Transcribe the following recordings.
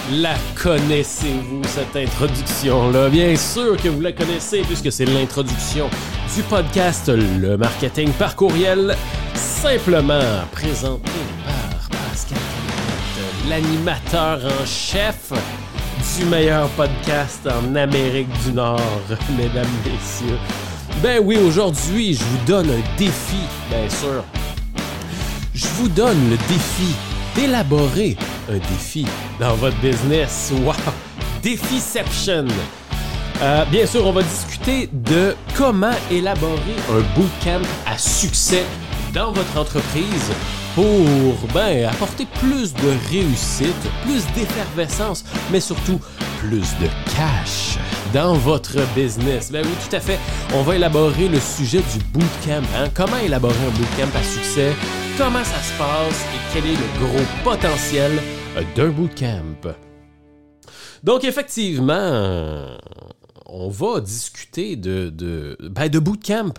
La connaissez-vous, cette introduction-là? Bien sûr que vous la connaissez, puisque c'est l'introduction du podcast Le Marketing par courriel, simplement présenté par Pascal Calotte, l'animateur en chef du meilleur podcast en Amérique du Nord, mesdames, messieurs. Ben oui, aujourd'hui, je vous donne un défi, bien sûr. Je vous donne le défi d'élaborer un défi dans votre business. Wow! Défiception! Bien sûr, on va discuter de comment élaborer un bootcamp à succès dans votre entreprise pour apporter plus de réussite, plus d'effervescence, mais surtout plus de cash dans votre business. Ben oui, tout à fait. On va élaborer le sujet du bootcamp. Comment élaborer un bootcamp à succès? Comment ça se passe et quel est le gros potentiel d'un bootcamp? Donc, effectivement, on va discuter de bootcamp.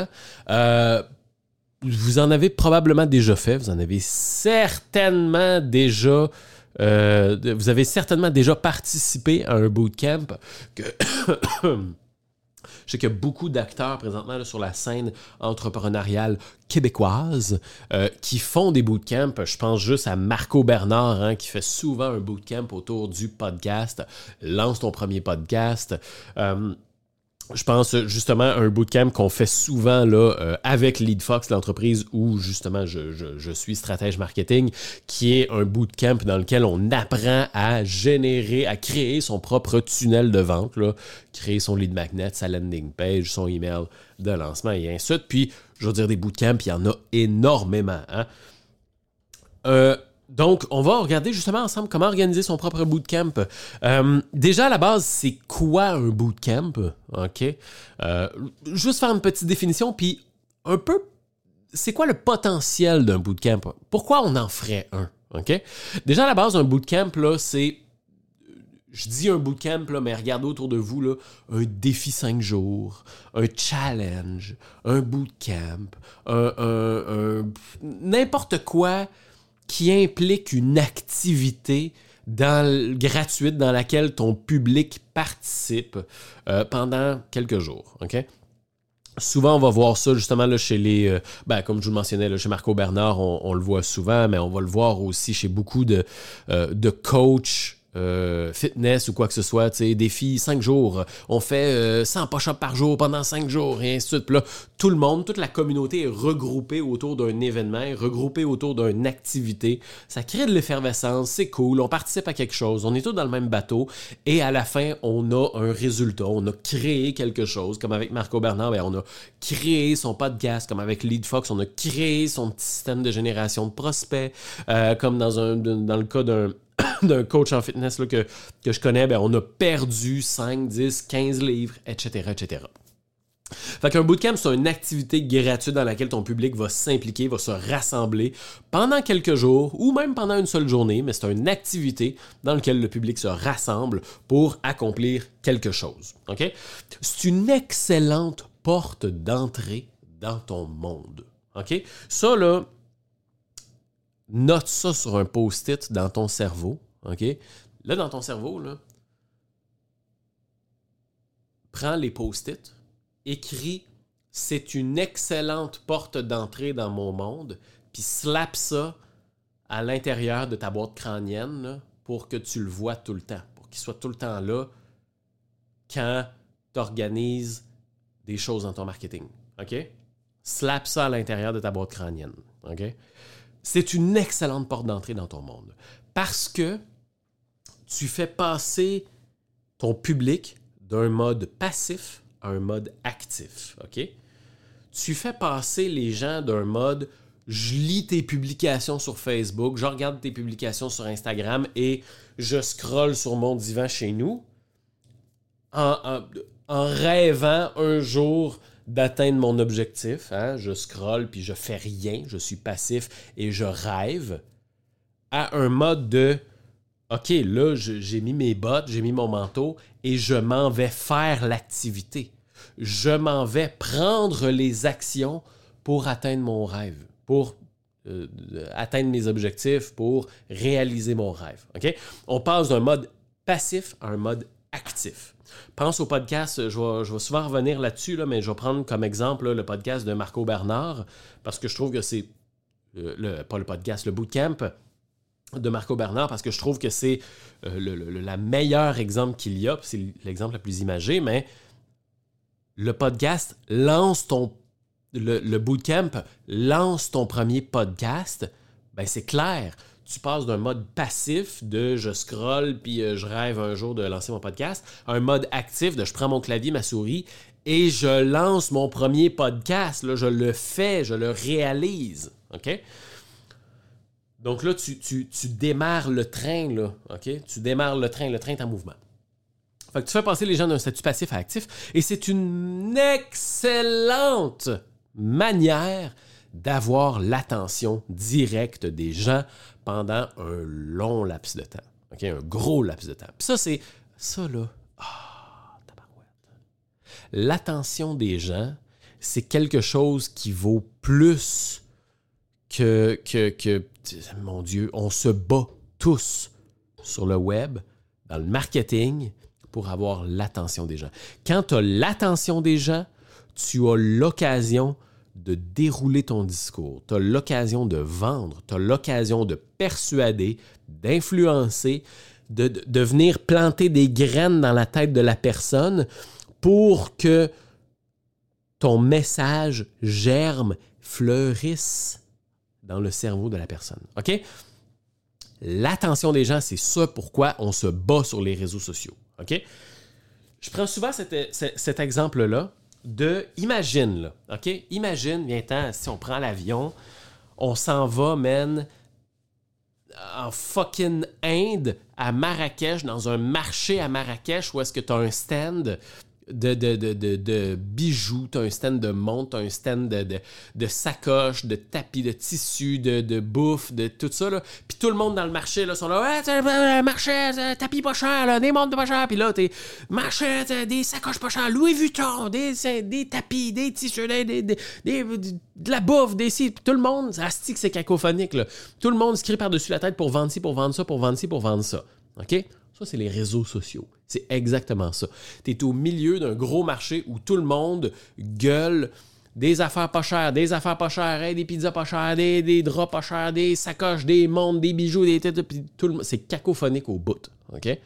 Vous en avez probablement déjà fait. Vous en avez certainement déjà... vous avez certainement déjà participé à un bootcamp que... Je sais qu'il y a beaucoup d'acteurs présentement là, sur la scène entrepreneuriale québécoise qui font des bootcamps. Je pense juste à Marco Bernard qui fait souvent un bootcamp autour du podcast. Lance ton premier podcast. Je pense justement à un bootcamp qu'on fait souvent là, avec LeadFox, l'entreprise où justement je suis stratège marketing, qui est un bootcamp dans lequel on apprend à générer, à créer son propre tunnel de vente, là, créer son lead magnet, sa landing page, son email de lancement et ainsi de suite. Puis, je veux dire, des bootcamps, il y en a énormément. Donc, on va regarder justement ensemble comment organiser son propre bootcamp. Déjà, à la base, c'est quoi un bootcamp? OK? Juste faire une petite définition, puis un peu, c'est quoi le potentiel d'un bootcamp? Pourquoi on en ferait un? OK? Déjà, à la base, un bootcamp, là, c'est... Je dis un bootcamp, là, mais regardez autour de vous, là, un défi 5 jours, un challenge, un bootcamp, n'importe quoi qui implique une activité gratuite dans laquelle ton public participe pendant quelques jours. OK? Souvent, on va voir ça justement là, chez les... comme je vous le mentionnais, là, chez Marco Bernard, on le voit souvent, mais on va le voir aussi chez beaucoup de coachs fitness ou quoi que ce soit, tu sais, défi 5 jours, on fait 100 push-ups par jour pendant 5 jours et ainsi de suite. Puis là, tout le monde, toute la communauté est regroupée autour d'un événement, regroupée autour d'une activité. Ça crée de l'effervescence, c'est cool, on participe à quelque chose, on est tous dans le même bateau et à la fin, on a un résultat, on a créé quelque chose. Comme avec Marco Bernard, on a créé son podcast. Comme avec LeadFox, on a créé son petit système de génération de prospects. Comme dans le cas d'un coach en fitness là, que je connais, on a perdu 5, 10, 15 livres, etc., etc. Fait qu'un bootcamp, c'est une activité gratuite dans laquelle ton public va s'impliquer, va se rassembler pendant quelques jours ou même pendant une seule journée, mais c'est une activité dans laquelle le public se rassemble pour accomplir quelque chose. Okay? C'est une excellente porte d'entrée dans ton monde. Okay? Ça, là, note ça sur un post-it dans ton cerveau. OK? Là, dans ton cerveau, là, prends les post-it, écris « C'est une excellente porte d'entrée dans mon monde », puis slap ça à l'intérieur de ta boîte crânienne là, pour que tu le vois tout le temps, pour qu'il soit tout le temps là quand tu organises des choses dans ton marketing. OK? Slap ça à l'intérieur de ta boîte crânienne. OK? C'est une excellente porte d'entrée dans ton monde parce que tu fais passer ton public d'un mode passif à un mode actif. OK? Tu fais passer les gens d'un mode « je lis tes publications sur Facebook, je regarde tes publications sur Instagram et je scrolle sur mon divan chez nous » en rêvant un jour d'atteindre mon objectif. Je scrolle puis je fais rien, je suis passif et je rêve, à un mode de « OK, là, j'ai mis mes bottes, j'ai mis mon manteau et je m'en vais faire l'activité. Je m'en vais prendre les actions pour atteindre mon rêve, pour atteindre mes objectifs, pour réaliser mon rêve. OK? On passe d'un mode passif à un mode actif. Pense au podcast, je vais souvent revenir là-dessus, là, mais je vais prendre comme exemple là, le podcast de Marco Bernard, parce que je trouve que c'est, pas le podcast, le bootcamp de Marco Bernard, parce que je trouve que c'est la meilleure exemple qu'il y a, puis c'est l'exemple le plus imagé, mais le podcast le bootcamp lance ton premier podcast, ben c'est clair. Tu passes d'un mode passif de je scrolle puis je rêve un jour de lancer mon podcast à un mode actif de je prends mon clavier, ma souris et je lance mon premier podcast. Là, je le fais, je le réalise. OK? Donc là, tu démarres le train. Là, OK? Tu démarres le train est en mouvement. Fait que tu fais passer les gens d'un statut passif à actif et c'est une excellente manière d'avoir l'attention directe des gens pendant un long laps de temps. Okay? Un gros laps de temps. Puis ça, c'est... Ça, là... tabarouette. L'attention des gens, c'est quelque chose qui vaut plus que... Mon Dieu, on se bat tous sur le web, dans le marketing, pour avoir l'attention des gens. Quand tu as l'attention des gens, tu as l'occasion de dérouler ton discours, tu as l'occasion de vendre, tu as l'occasion de persuader, d'influencer, de venir planter des graines dans la tête de la personne pour que ton message germe, fleurisse dans le cerveau de la personne. OK? L'attention des gens, c'est ça pourquoi on se bat sur les réseaux sociaux. OK? Je prends souvent cet exemple-là imagine, là, OK? Imagine, viens-t'en, si on prend l'avion, on s'en va, man, en fucking Inde, à Marrakech, dans un marché à Marrakech, où est-ce que tu as un stand de bijoux, tu as un stand de montres, tu as un stand de sacoches, de tapis, de tissus, de bouffe, de tout ça. Là. Puis tout le monde dans le marché là, sont là, ouais, un marché, tapis pas cher, là, des montres pas cher. Puis là, t'es marché, des sacoches pas chères, Louis Vuitton, des tapis, des tissus, de la bouffe, des sites. Tout le monde, ça se dit que c'est cacophonique. Là. Tout le monde se crie par-dessus la tête pour vendre ci, pour vendre ça, pour vendre ci, pour vendre ça. OK? Ça, c'est les réseaux sociaux. C'est exactement ça. Tu es au milieu d'un gros marché où tout le monde gueule des affaires pas chères, hey, des pizzas pas chères, des draps pas chers, des sacoches, des montres, des bijoux, c'est cacophonique au bout. OK?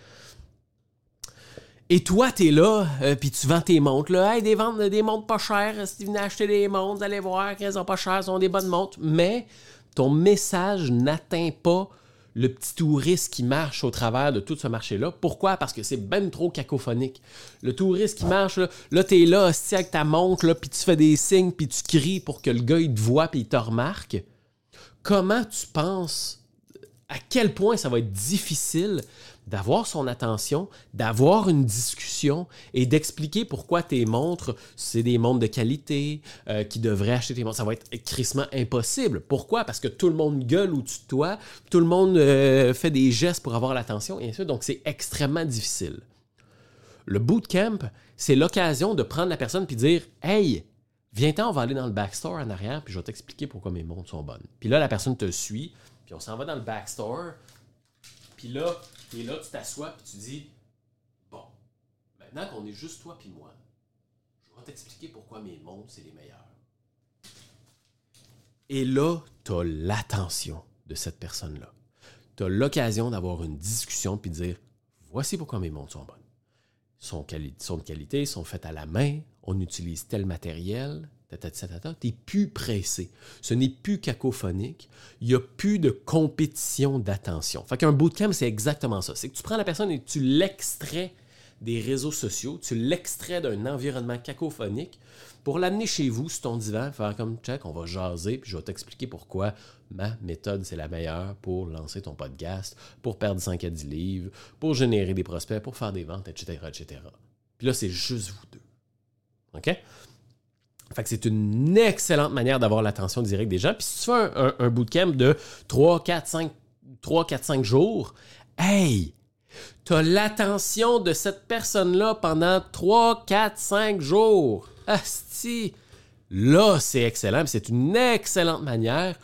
Et toi, t'es là, puis tu vends tes montres. Là. Hey, des montres pas chères. Si tu venais acheter des montres, vous allez voir qu'elles sont pas chères, elles sont des bonnes montres. Mais ton message n'atteint pas le petit touriste qui marche au travers de tout ce marché-là. Pourquoi? Parce que c'est ben trop cacophonique. Le touriste qui marche, là t'es là, hostie, avec ta montre, là, puis tu fais des signes, puis tu cries pour que le gars, il te voit, puis il te remarque. Comment tu penses, à quel point ça va être difficile d'avoir son attention, d'avoir une discussion et d'expliquer pourquoi tes montres, c'est des montres de qualité, qui devraient acheter tes montres. Ça va être crissement impossible. Pourquoi? Parce que tout le monde gueule au-dessus de toi, tout le monde fait des gestes pour avoir l'attention, et ainsi de suite. Donc, c'est extrêmement difficile. Le bootcamp, c'est l'occasion de prendre la personne et dire « Hey, viens-t'en, on va aller dans le backstore en arrière, puis je vais t'expliquer pourquoi mes montres sont bonnes. » Puis là, la personne te suit, puis on s'en va dans le backstore, puis là, tu t'assois et tu dis « Bon, maintenant qu'on est juste toi et moi, je vais t'expliquer pourquoi mes montres, c'est les meilleures. » Et là, tu as l'attention de cette personne-là. Tu as l'occasion d'avoir une discussion puis de dire « Voici pourquoi mes montres sont bonnes. Sont de qualité, sont faites à la main, on utilise tel matériel. » Tu n'es plus pressé. Ce n'est plus cacophonique. Il n'y a plus de compétition d'attention. Fait qu'un bootcamp, c'est exactement ça. C'est que tu prends la personne et tu l'extrais des réseaux sociaux, tu l'extrais d'un environnement cacophonique pour l'amener chez vous sur ton divan, faire comme check, on va jaser, puis je vais t'expliquer pourquoi ma méthode, c'est la meilleure pour lancer ton podcast, pour perdre 5 à 10 livres, pour générer des prospects, pour faire des ventes, etc., etc. Puis là, c'est juste vous deux. OK? Fait que c'est une excellente manière d'avoir l'attention directe des gens. Puis si tu fais un bootcamp de 3, 4, 5 jours, hey, tu as l'attention de cette personne-là pendant 3, 4, 5 jours. Asti! Là, c'est excellent. Puis c'est une excellente manière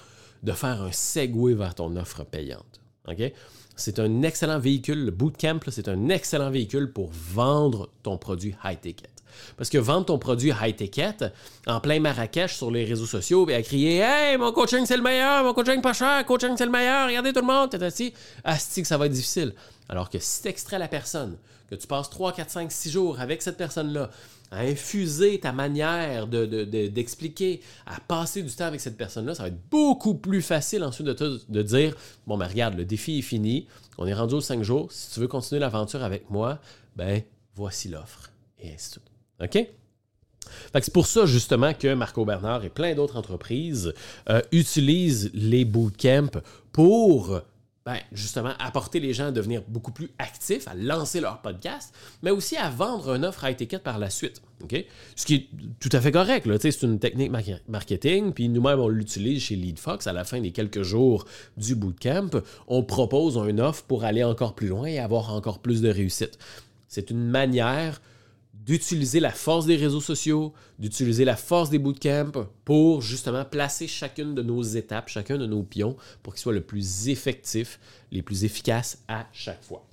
de faire un segue vers ton offre payante. OK? C'est un excellent véhicule. Le bootcamp, là, c'est un excellent véhicule pour vendre ton produit high ticket. Parce que vendre ton produit high ticket en plein Marrakech sur les réseaux sociaux et à crier « Hey, mon coaching c'est le meilleur, mon coaching pas cher, coaching c'est le meilleur, regardez tout le monde, t'es assis », asti que ça va être difficile. Alors que si tu extrais la personne, que tu passes 3, 4, 5, 6 jours avec cette personne-là, à infuser ta manière d'expliquer, à passer du temps avec cette personne-là, ça va être beaucoup plus facile ensuite de dire « Bon, ben regarde, le défi est fini, on est rendu aux 5 jours, si tu veux continuer l'aventure avec moi, ben voici l'offre. » Et ainsi de suite. OK? Fait que c'est pour ça, justement, que Marco Bernard et plein d'autres entreprises utilisent les bootcamps pour, justement, apporter les gens à devenir beaucoup plus actifs, à lancer leur podcast, mais aussi à vendre une offre high ticket par la suite. OK? Ce qui est tout à fait correct. Là. C'est une technique marketing, puis nous-mêmes, on l'utilise chez LeadFox. À la fin des quelques jours du bootcamp, on propose une offre pour aller encore plus loin et avoir encore plus de réussite. C'est une manière d'utiliser la force des réseaux sociaux, d'utiliser la force des bootcamps pour justement placer chacune de nos étapes, chacun de nos pions pour qu'ils soient le plus effectifs, les plus efficaces à chaque fois.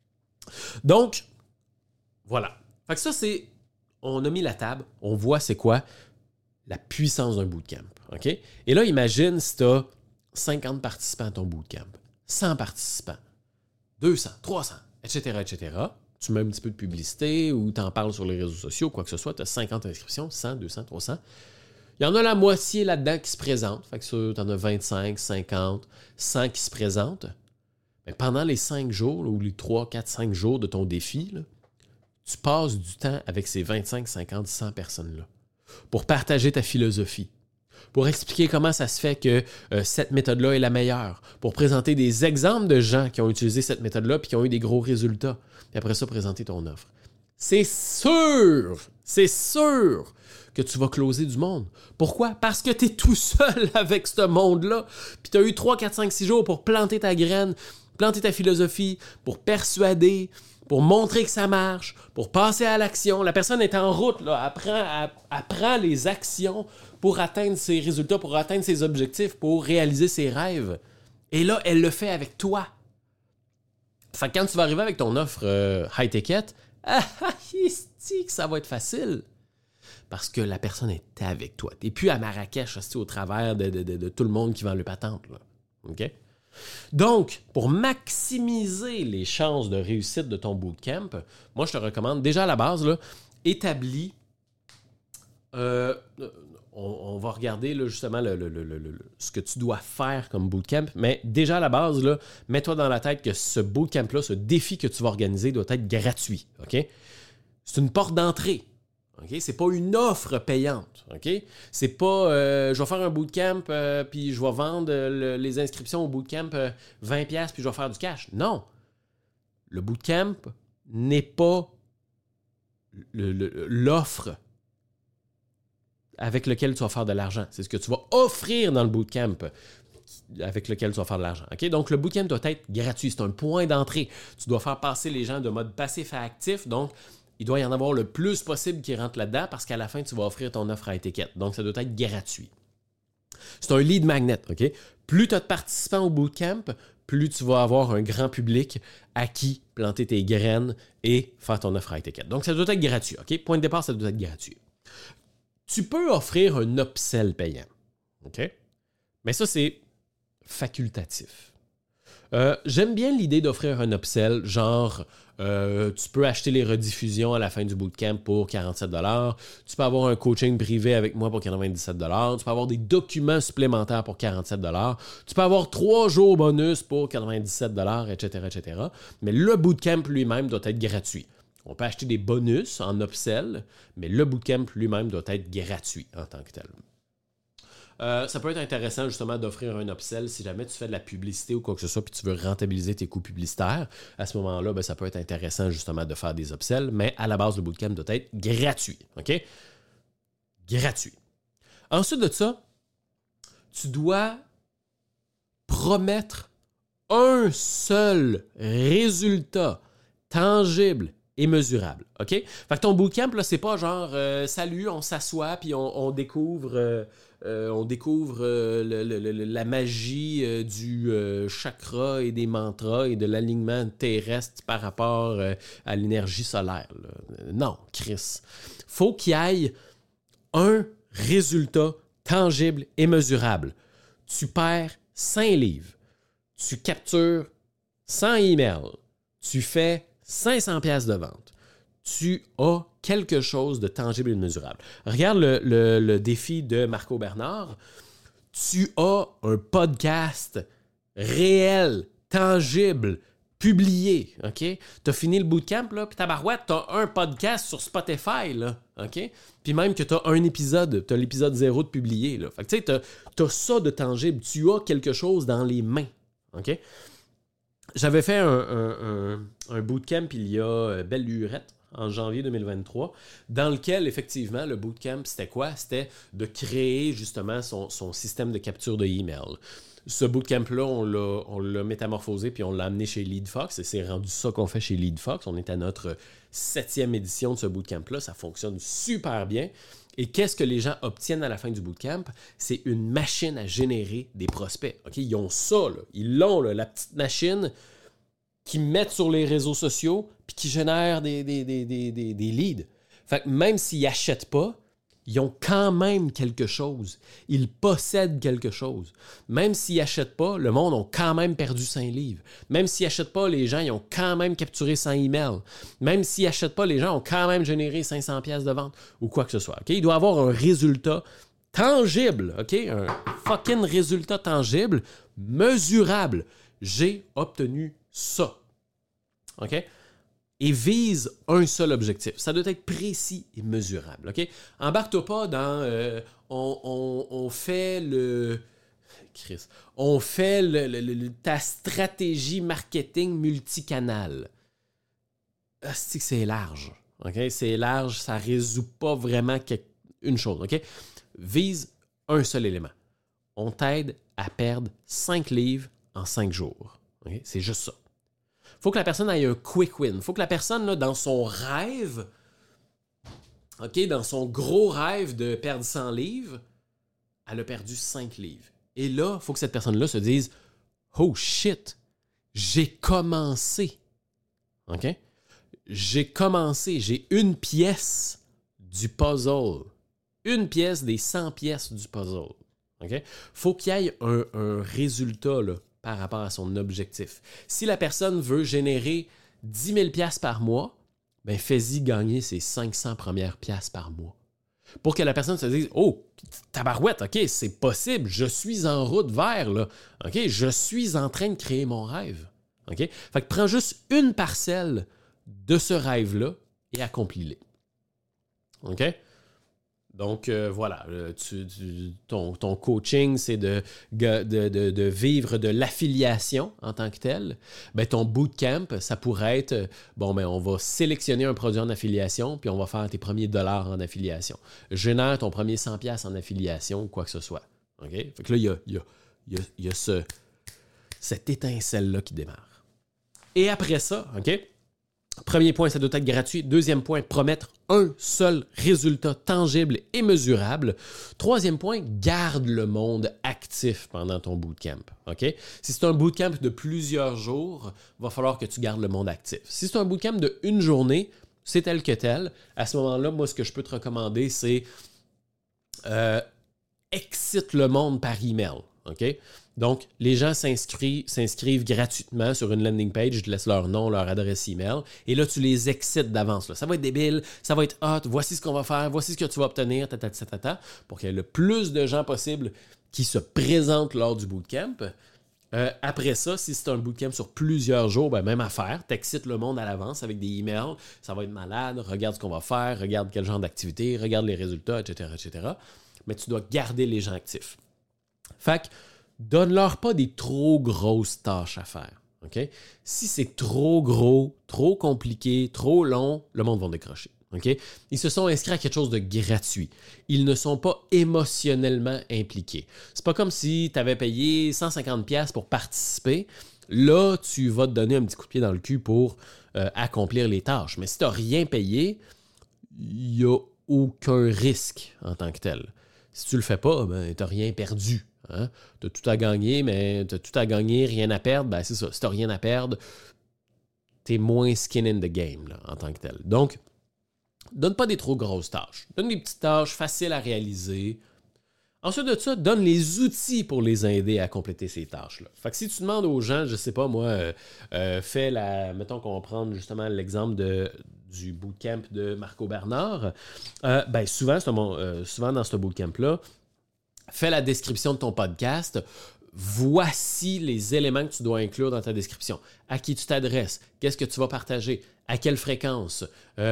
Donc, voilà. Fait que ça, c'est... On a mis la table, on voit c'est quoi la puissance d'un bootcamp. OK? Et là, imagine si tu as 50 participants à ton bootcamp, 100 participants, 200, 300, etc., etc., tu mets un petit peu de publicité ou tu en parles sur les réseaux sociaux, quoi que ce soit, tu as 50 inscriptions, 100, 200, 300. Il y en a la moitié là-dedans qui se présentent. Fait que ça, tu en as 25, 50, 100 qui se présentent. Mais pendant les 5 jours, ou les 3, 4, 5 jours de ton défi, là, tu passes du temps avec ces 25, 50, 100 personnes-là pour partager ta philosophie, pour expliquer comment ça se fait que cette méthode-là est la meilleure, pour présenter des exemples de gens qui ont utilisé cette méthode-là et qui ont eu des gros résultats. Et après ça, présenter ton offre. C'est sûr que tu vas closer du monde. Pourquoi? Parce que tu es tout seul avec ce monde-là. Puis tu as eu 3, 4, 5, 6 jours pour planter ta graine, planter ta philosophie, pour persuader, pour montrer que ça marche, pour passer à l'action. La personne est en route, là, elle prend les actions pour atteindre ses résultats, pour atteindre ses objectifs, pour réaliser ses rêves. Et là, elle le fait avec toi. Fait que quand tu vas arriver avec ton offre high ticket, que ça va être facile. Parce que la personne est avec toi. Tu n'es plus à Marrakech, au travers de tout le monde qui vend le patente. Là. OK? Donc, pour maximiser les chances de réussite de ton bootcamp, moi, je te recommande, déjà à la base, là, établis... on va regarder là, justement ce que tu dois faire comme bootcamp, mais déjà à la base, là, mets-toi dans la tête que ce bootcamp-là, ce défi que tu vas organiser doit être gratuit. OK? C'est une porte d'entrée. OK? C'est pas une offre payante. OK? C'est pas je vais faire un bootcamp puis je vais vendre les inscriptions au bootcamp 20$ puis je vais faire du cash. Non. Le bootcamp n'est pas l'offre avec lequel tu vas faire de l'argent. C'est ce que tu vas offrir dans le bootcamp avec lequel tu vas faire de l'argent. Okay? Donc, le bootcamp doit être gratuit. C'est un point d'entrée. Tu dois faire passer les gens de mode passif à actif. Donc, il doit y en avoir le plus possible qui rentrent là-dedans parce qu'à la fin, tu vas offrir ton offre à étiquette. Donc, ça doit être gratuit. C'est un lead magnet. Okay? Plus tu as de participants au bootcamp, plus tu vas avoir un grand public à qui planter tes graines et faire ton offre à étiquette. Donc, ça doit être gratuit. Okay? Point de départ, ça doit être gratuit. Tu peux offrir un upsell payant. OK? Mais ça, c'est facultatif. J'aime bien l'idée d'offrir un upsell, genre tu peux acheter les rediffusions à la fin du bootcamp pour 47$. Tu peux avoir un coaching privé avec moi pour 97$. Tu peux avoir des documents supplémentaires pour 47$. Tu peux avoir 3 jours bonus pour 97$, etc., etc. Mais le bootcamp lui-même doit être gratuit. On peut acheter des bonus en upsell, mais le bootcamp lui-même doit être gratuit en tant que tel. Ça peut être intéressant justement d'offrir un upsell si jamais tu fais de la publicité ou quoi que ce soit puis tu veux rentabiliser tes coûts publicitaires. À ce moment-là, ça peut être intéressant justement de faire des upsells, mais à la base, le bootcamp doit être gratuit. OK? Gratuit. Ensuite de ça, tu dois promettre un seul résultat tangible et mesurable, OK? Fait que ton bootcamp, là, c'est pas genre « Salut, on s'assoit puis on découvre on découvre la magie du chakra et des mantras et de l'alignement terrestre par rapport à l'énergie solaire. Là. Non, Chris. Faut qu'il y ait un résultat tangible et mesurable. Tu perds 5 livres. Tu captures 100 emails. Tu fais 500 pièces de vente. Tu as quelque chose de tangible et de mesurable. Regarde le défi de Marco Bernard. Tu as un podcast réel, tangible, publié. OK? Tu as fini le bootcamp, là, puis tabarouette, tu as un podcast sur Spotify. Là, OK? Puis même que tu as un épisode, tu as l'épisode 0 de publié. Là. Fait que tu sais, tu as ça de tangible. Tu as quelque chose dans les mains. OK? J'avais fait un bootcamp il y a belle lurette, en janvier 2023, dans lequel, effectivement, le bootcamp, c'était quoi? C'était de créer, justement, son système de capture de email. Ce bootcamp-là, on l'a métamorphosé puis on l'a amené chez LeadFox et c'est rendu ça qu'on fait chez LeadFox. On est à notre 7e édition de ce bootcamp-là. Ça fonctionne super bien. Et qu'est-ce que les gens obtiennent à la fin du bootcamp? C'est une machine à générer des prospects. Okay? Ils ont ça, là. Ils l'ont, là, la petite machine qu'ils mettent sur les réseaux sociaux puis qui génère des leads. Fait que même s'ils n'achètent pas, ils ont quand même quelque chose. Ils possèdent quelque chose. Même s'ils n'achètent pas, le monde a quand même perdu 5 livres. Même s'ils n'achètent pas, les gens ils ont quand même capturé 100 emails. Même s'ils n'achètent pas, les gens ont quand même généré 500 pièces de vente ou quoi que ce soit. Okay? Il doit avoir un résultat tangible. Okay? Un fucking résultat tangible, mesurable. J'ai obtenu ça. OK? Et vise un seul objectif. Ça doit être précis et mesurable. OK? Embarque-toi pas dans on fait le. Chris. On fait ta stratégie marketing multicanal. C'est large. OK? C'est large, ça ne résout pas vraiment une chose. OK? Vise un seul élément. On t'aide à perdre 5 livres en 5 jours. OK? C'est juste ça. Il faut que la personne ait un quick win. Il faut que la personne, là, dans son rêve, OK, dans son gros rêve de perdre 100 livres, elle a perdu 5 livres. Et là, il faut que cette personne-là se dise « Oh shit, j'ai commencé. » OK? J'ai commencé. J'ai une pièce du puzzle. Une pièce des 100 pièces du puzzle. OK? Faut qu'il y ait un résultat, là, par rapport à son objectif. Si la personne veut générer 10 000 piastres par mois, ben fais-y gagner ses 500 premières piastres par mois. Pour que la personne se dise « Oh, tabarouette, OK, c'est possible, je suis en route vers, là. OK, je suis en train de créer mon rêve. » OK? Fait que prends juste une parcelle de ce rêve-là et accomplis-le. OK? Donc, voilà, ton coaching, c'est de vivre de l'affiliation en tant que tel. Ben, ton bootcamp, ça pourrait être, on va sélectionner un produit en affiliation, puis on va faire tes premiers dollars en affiliation. Génère ton premier 100$ en affiliation ou quoi que ce soit. OK? Fait que là, il y a cette étincelle-là qui démarre. Et après ça, OK? Premier point, ça doit être gratuit. Deuxième point, promettre un seul résultat tangible et mesurable. Troisième point, garde le monde actif pendant ton bootcamp. OK? Si c'est un bootcamp de plusieurs jours, il va falloir que tu gardes le monde actif. Si c'est un bootcamp de une journée, c'est tel que tel. À ce moment-là, moi, ce que je peux te recommander, c'est excite le monde par email. OK? Donc, les gens s'inscrivent gratuitement sur une landing page, je te laisse leur nom, leur adresse email, et là, tu les excites d'avance. Là. Ça va être débile, ça va être hot, voici ce qu'on va faire, voici ce que tu vas obtenir, pour qu'il y ait le plus de gens possible qui se présentent lors du bootcamp. Après ça, si c'est un bootcamp sur plusieurs jours, ben même affaire, t'excites le monde à l'avance avec des emails, ça va être malade, regarde ce qu'on va faire, regarde quel genre d'activité, regarde les résultats, etc., etc. Mais tu dois garder les gens actifs. Fait que, donne-leur pas des trop grosses tâches à faire. Okay? Si c'est trop gros, trop compliqué, trop long, le monde va décrocher. Okay? Ils se sont inscrits à quelque chose de gratuit. Ils ne sont pas émotionnellement impliqués. C'est pas comme si tu avais payé 150$ pour participer. Là, tu vas te donner un petit coup de pied dans le cul pour accomplir les tâches. Mais si tu n'as rien payé, il n'y a aucun risque en tant que tel. Si tu le fais pas, ben, tu n'as rien perdu. Hein? Tu as tout à gagner, mais tu as tout à gagner, rien à perdre. Ben, c'est ça. Si tu n'as rien à perdre, tu es moins skin in the game là, en tant que tel. Donc, donne pas des trop grosses tâches. Donne des petites tâches faciles à réaliser. Ensuite de ça, donne les outils pour les aider à compléter ces tâches-là. Fait que si tu demandes aux gens, je sais pas moi, mettons qu'on va prendre justement l'exemple du bootcamp de Marco Bernard, ben souvent dans ce bootcamp-là, fais la description de ton podcast. Voici les éléments que tu dois inclure dans ta description. À qui tu t'adresses? Qu'est-ce que tu vas partager? À quelle fréquence?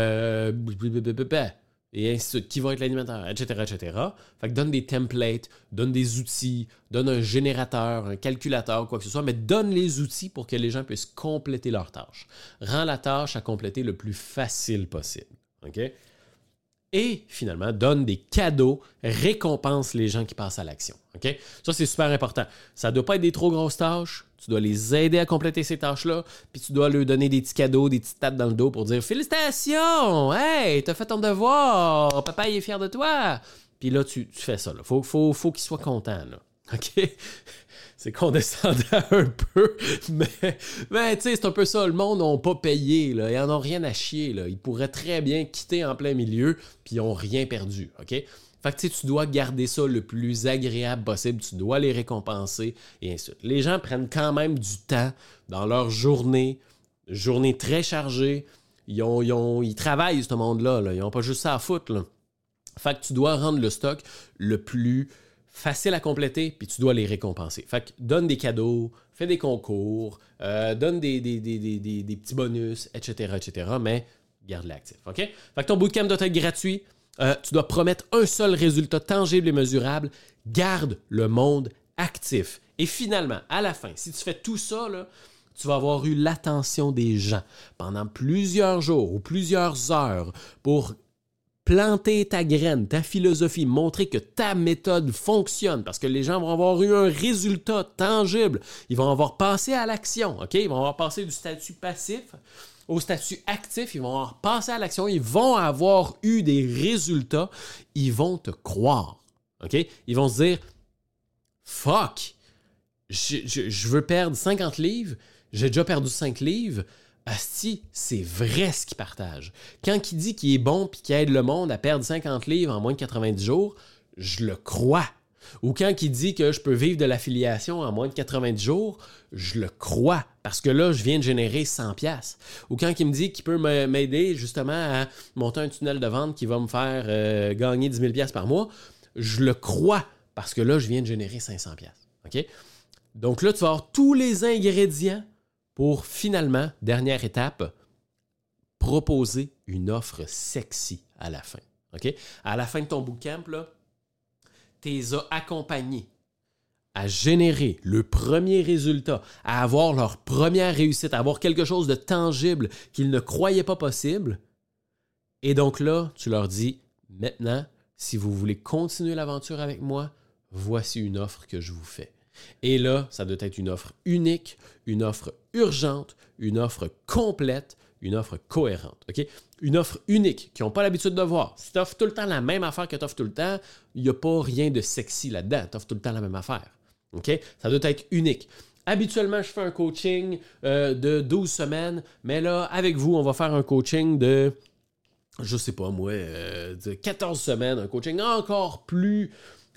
Et ainsi de suite. Qui va être l'animateur? Etc., etc. Fait que donne des templates, donne des outils, donne un générateur, un calculateur, quoi que ce soit, mais donne les outils pour que les gens puissent compléter leur tâche. Rends la tâche à compléter le plus facile possible. OK? Et finalement, donne des cadeaux, récompense les gens qui passent à l'action. Okay? Ça, c'est super important. Ça ne doit pas être des trop grosses tâches. Tu dois les aider à compléter ces tâches-là. Puis tu dois leur donner des petits cadeaux, des petites tapes dans le dos pour dire « Félicitations! Hey, t'as fait ton devoir! Papa, il est fier de toi! » Puis là, tu fais ça. Il faut qu'il soit content. Là. OK? C'est condescendant un peu, mais tu sais, c'est un peu ça. Le monde n'a pas payé, là. Ils n'en ont rien à chier, là. Ils pourraient très bien quitter en plein milieu, puis ils n'ont rien perdu, OK? Fait que tu dois garder ça le plus agréable possible. Tu dois les récompenser, et ainsi de suite. Les gens prennent quand même du temps dans leur journée très chargée. Ils travaillent, ce monde-là, là. Ils n'ont pas juste ça à foutre, là. Fait que tu dois rendre le stock le plus facile à compléter, puis tu dois les récompenser. Fait que donne des cadeaux, fais des concours, donne des petits bonus, etc., etc., mais garde-les actifs, OK? Fait que ton bootcamp doit être gratuit. Tu dois promettre un seul résultat tangible et mesurable. Garde le monde actif. Et finalement, à la fin, si tu fais tout ça, là, tu vas avoir eu l'attention des gens pendant plusieurs jours ou plusieurs heures pour planter ta graine, ta philosophie, montrer que ta méthode fonctionne parce que les gens vont avoir eu un résultat tangible. Ils vont avoir passé à l'action, OK? Ils vont avoir passé du statut passif au statut actif. Ils vont avoir passé à l'action. Ils vont avoir eu des résultats. Ils vont te croire, OK? Ils vont se dire « Fuck! Je veux perdre 50 livres. J'ai déjà perdu 5 livres. » Asti, c'est vrai ce qu'il partage. Quand il dit qu'il est bon et qu'il aide le monde à perdre 50 livres en moins de 90 jours, je le crois. Ou quand il dit que je peux vivre de l'affiliation en moins de 90 jours, je le crois. Parce que là, je viens de générer 100$. Ou quand il me dit qu'il peut m'aider justement à monter un tunnel de vente qui va me faire gagner 10 000$ par mois, je le crois. Parce que là, je viens de générer 500$. OK? Donc là, tu vas avoir tous les ingrédients pour finalement, dernière étape, proposer une offre sexy à la fin. Okay? À la fin de ton bootcamp, tu les as accompagnés à générer le premier résultat, à avoir leur première réussite, à avoir quelque chose de tangible qu'ils ne croyaient pas possible. Et donc là, tu leur dis, maintenant, si vous voulez continuer l'aventure avec moi, voici une offre que je vous fais. Et là, ça doit être une offre unique, une offre urgente, une offre complète, une offre cohérente. Okay? Une offre unique qu'ils n'ont pas l'habitude de voir. Si tu offres tout le temps la même affaire que tu offres tout le temps, il n'y a pas rien de sexy là-dedans. Tu offres tout le temps la même affaire. Okay? Ça doit être unique. Habituellement, je fais un coaching de 12 semaines, mais là, avec vous, on va faire un coaching de, je sais pas moi, de 14 semaines, un coaching encore plus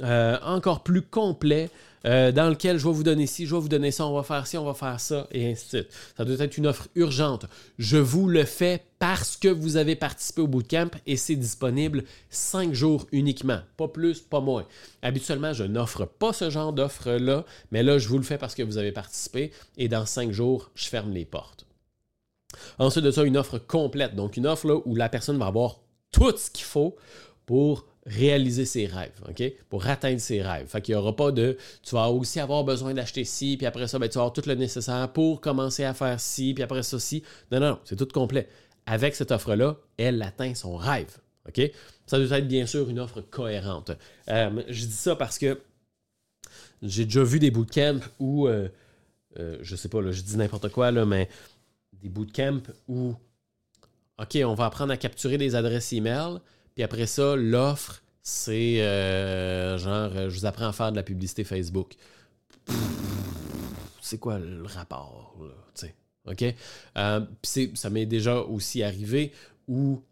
complet, dans lequel je vais vous donner ci, je vais vous donner ça, on va faire ci, on va faire ça, et ainsi de suite. Ça doit être une offre urgente. Je vous le fais parce que vous avez participé au bootcamp et c'est disponible 5 jours uniquement. Pas plus, pas moins. Habituellement, je n'offre pas ce genre d'offre-là, mais là, je vous le fais parce que vous avez participé et dans 5 jours, je ferme les portes. Ensuite de ça, une offre complète. Donc, une offre là, où la personne va avoir tout ce qu'il faut pour réaliser ses rêves, OK? Pour atteindre ses rêves. Fait qu'il n'y aura pas de... Tu vas aussi avoir besoin d'acheter ci, puis après ça, ben, tu vas avoir tout le nécessaire pour commencer à faire ci, puis après ça, ci. Non, c'est tout complet. Avec cette offre-là, elle atteint son rêve, OK? Ça doit être bien sûr une offre cohérente. Je dis ça parce que j'ai déjà vu des bootcamps où, je sais pas, là, je dis n'importe quoi, là, mais des bootcamps où, OK, on va apprendre à capturer des adresses email, puis après ça, l'offre c'est je vous apprends à faire de la publicité Facebook. C'est quoi le rapport, là, tu sais, OK? Ça m'est déjà aussi arrivé où,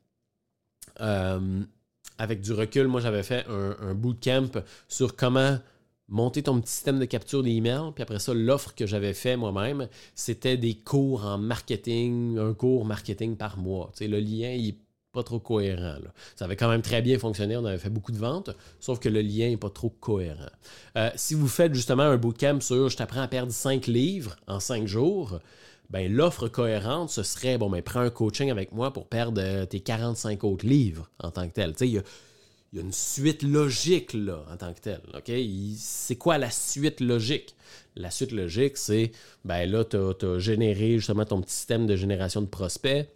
avec du recul, moi, j'avais fait un bootcamp sur comment monter ton petit système de capture d'email. Puis après ça, l'offre que j'avais fait moi-même, c'était des cours en marketing, un cours marketing par mois. Tu sais, le lien, il n'est pas trop cohérent, là. Ça avait quand même très bien fonctionné, on avait fait beaucoup de ventes, sauf que le lien n'est pas trop cohérent. Si vous faites justement un bootcamp sur « je t'apprends à perdre 5 livres en 5 jours », ben, l'offre cohérente, ce serait, prends un coaching avec moi pour perdre tes 45 autres livres en tant que tel. Tu sais, il y a une suite logique là, en tant que telle. Okay? C'est quoi la suite logique? La suite logique, c'est, là, tu as généré justement ton petit système de génération de prospects.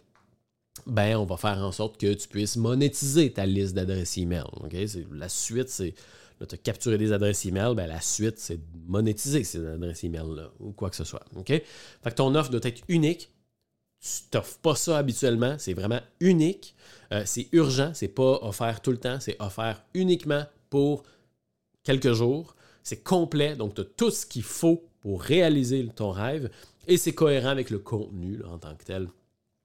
On va faire en sorte que tu puisses monétiser ta liste d'adresses email. Okay? La suite, c'est, là, tu as capturé des adresses email, la suite, c'est de monétiser ces adresses email-là ou quoi que ce soit. Okay? Fait que ton offre doit être unique. Tu t'offres pas ça habituellement, c'est vraiment unique. C'est urgent, c'est pas offert tout le temps, c'est offert uniquement pour quelques jours. C'est complet, donc tu as tout ce qu'il faut pour réaliser ton rêve et c'est cohérent avec le contenu là, en tant que tel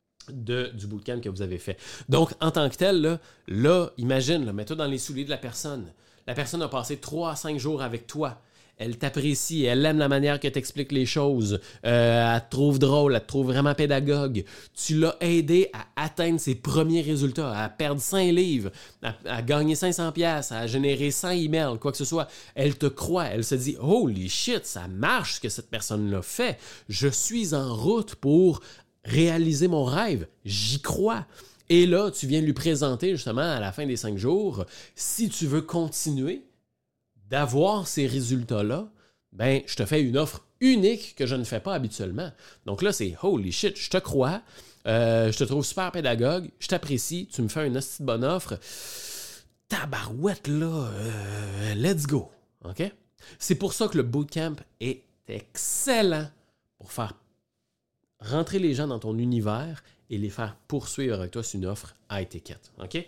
du bootcamp que vous avez fait. Donc, en tant que tel, là imagine, mets-toi dans les souliers de la personne. La personne a passé 3 à 5 jours avec toi. Elle t'apprécie, elle aime la manière que tu expliques les choses, elle te trouve drôle, elle te trouve vraiment pédagogue. Tu l'as aidé à atteindre ses premiers résultats, à perdre 5 livres, à gagner 500$, à générer 100 emails, quoi que ce soit. Elle te croit, elle se dit « Holy shit, ça marche ce que cette personne-là fait. Je suis en route pour réaliser mon rêve. J'y crois. » Et là, tu viens lui présenter justement à la fin des 5 jours, si tu veux continuer d'avoir ces résultats-là, je te fais une offre unique que je ne fais pas habituellement. Donc là, c'est « Holy shit, je te crois, je te trouve super pédagogue, je t'apprécie, tu me fais une hostie de bonne offre. Tabarouette, là, let's go. » OK? C'est pour ça que le bootcamp est excellent pour faire rentrer les gens dans ton univers et les faire poursuivre avec toi sur une offre à étiquette. OK?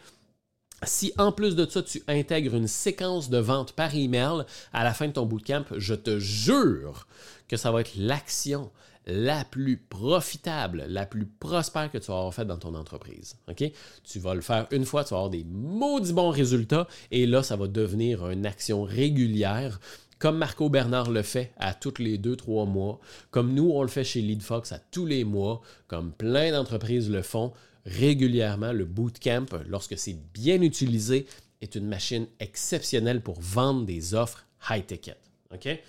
Si en plus de ça, tu intègres une séquence de vente par email à la fin de ton bootcamp, je te jure que ça va être l'action la plus profitable, la plus prospère que tu vas avoir faite dans ton entreprise. Okay? Tu vas le faire une fois, tu vas avoir des maudits bons résultats et là, ça va devenir une action régulière. Comme Marco Bernard le fait à tous les 2-3 mois, comme nous, on le fait chez LeadFox à tous les mois, comme plein d'entreprises le font régulièrement. Le bootcamp, lorsque c'est bien utilisé, est une machine exceptionnelle pour vendre des offres high-ticket. Okay?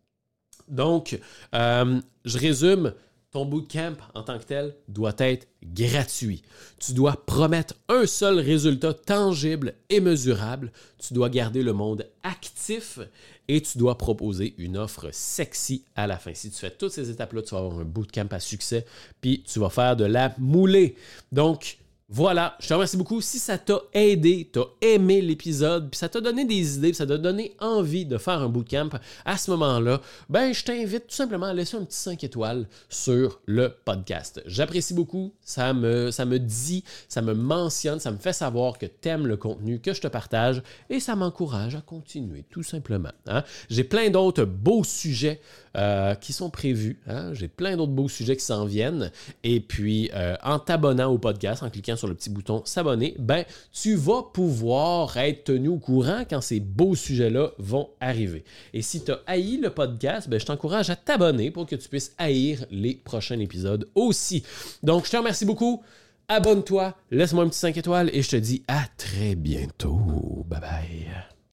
Donc, je résume, ton bootcamp en tant que tel doit être gratuit. Tu dois promettre un seul résultat tangible et mesurable. Tu dois garder le monde actif et tu dois proposer une offre sexy à la fin. Si tu fais toutes ces étapes-là, tu vas avoir un bootcamp à succès puis tu vas faire de la moulée. Donc, voilà, je te remercie beaucoup. Si ça t'a aidé, t'as aimé l'épisode, puis ça t'a donné des idées, puis ça t'a donné envie de faire un bootcamp, à ce moment-là, je t'invite tout simplement à laisser un petit 5 étoiles sur le podcast. J'apprécie beaucoup, ça me dit, ça me mentionne, ça me fait savoir que t'aimes le contenu que je te partage et ça m'encourage à continuer, tout simplement. Hein? J'ai plein d'autres beaux sujets qui sont prévus. Hein? J'ai plein d'autres beaux sujets qui s'en viennent. Et puis, en t'abonnant au podcast, en cliquant sur le petit bouton s'abonner, tu vas pouvoir être tenu au courant quand ces beaux sujets-là vont arriver. Et si tu as haï le podcast, je t'encourage à t'abonner pour que tu puisses haïr les prochains épisodes aussi. Donc, je te remercie beaucoup. Abonne-toi, laisse-moi un petit 5 étoiles et je te dis à très bientôt. Bye bye.